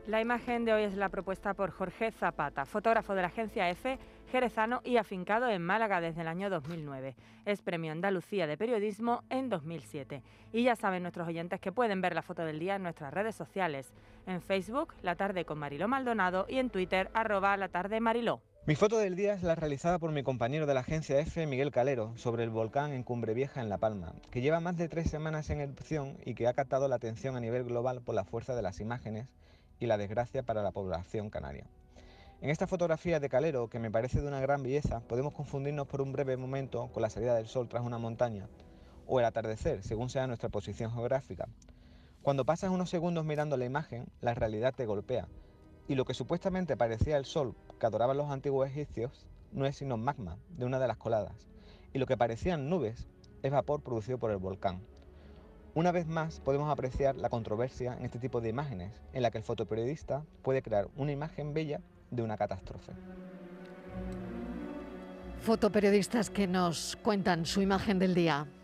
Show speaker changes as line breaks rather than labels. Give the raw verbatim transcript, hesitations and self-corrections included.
La imagen de hoy es la propuesta por Jorge Zapata, fotógrafo de la agencia EFE, jerezano y afincado en Málaga desde el año dos mil nueve. Es Premio Andalucía de Periodismo en dos mil siete. Y ya saben nuestros oyentes que pueden ver la foto del día en nuestras redes sociales. En Facebook, La Tarde con Mariló Maldonado, y en Twitter, arroba La Tarde Mariló.
Mi foto del día es la realizada por mi compañero de la agencia EFE, Miguel Calero, sobre el volcán en Cumbre Vieja, en La Palma, que lleva más de tres semanas en erupción y que ha captado la atención a nivel global por la fuerza de las imágenes y la desgracia para la población canaria. En esta fotografía de Calero, que me parece de una gran belleza, podemos confundirnos por un breve momento con la salida del sol tras una montaña, o el atardecer, según sea nuestra posición geográfica. Cuando pasas unos segundos mirando la imagen, la realidad te golpea, y lo que supuestamente parecía el sol que adoraban los antiguos egipcios no es sino magma de una de las coladas, y lo que parecían nubes es vapor producido por el volcán. Una vez más podemos apreciar la controversia en este tipo de imágenes, en la que el fotoperiodista puede crear una imagen bella de una catástrofe.
Fotoperiodistas que nos cuentan su imagen del día.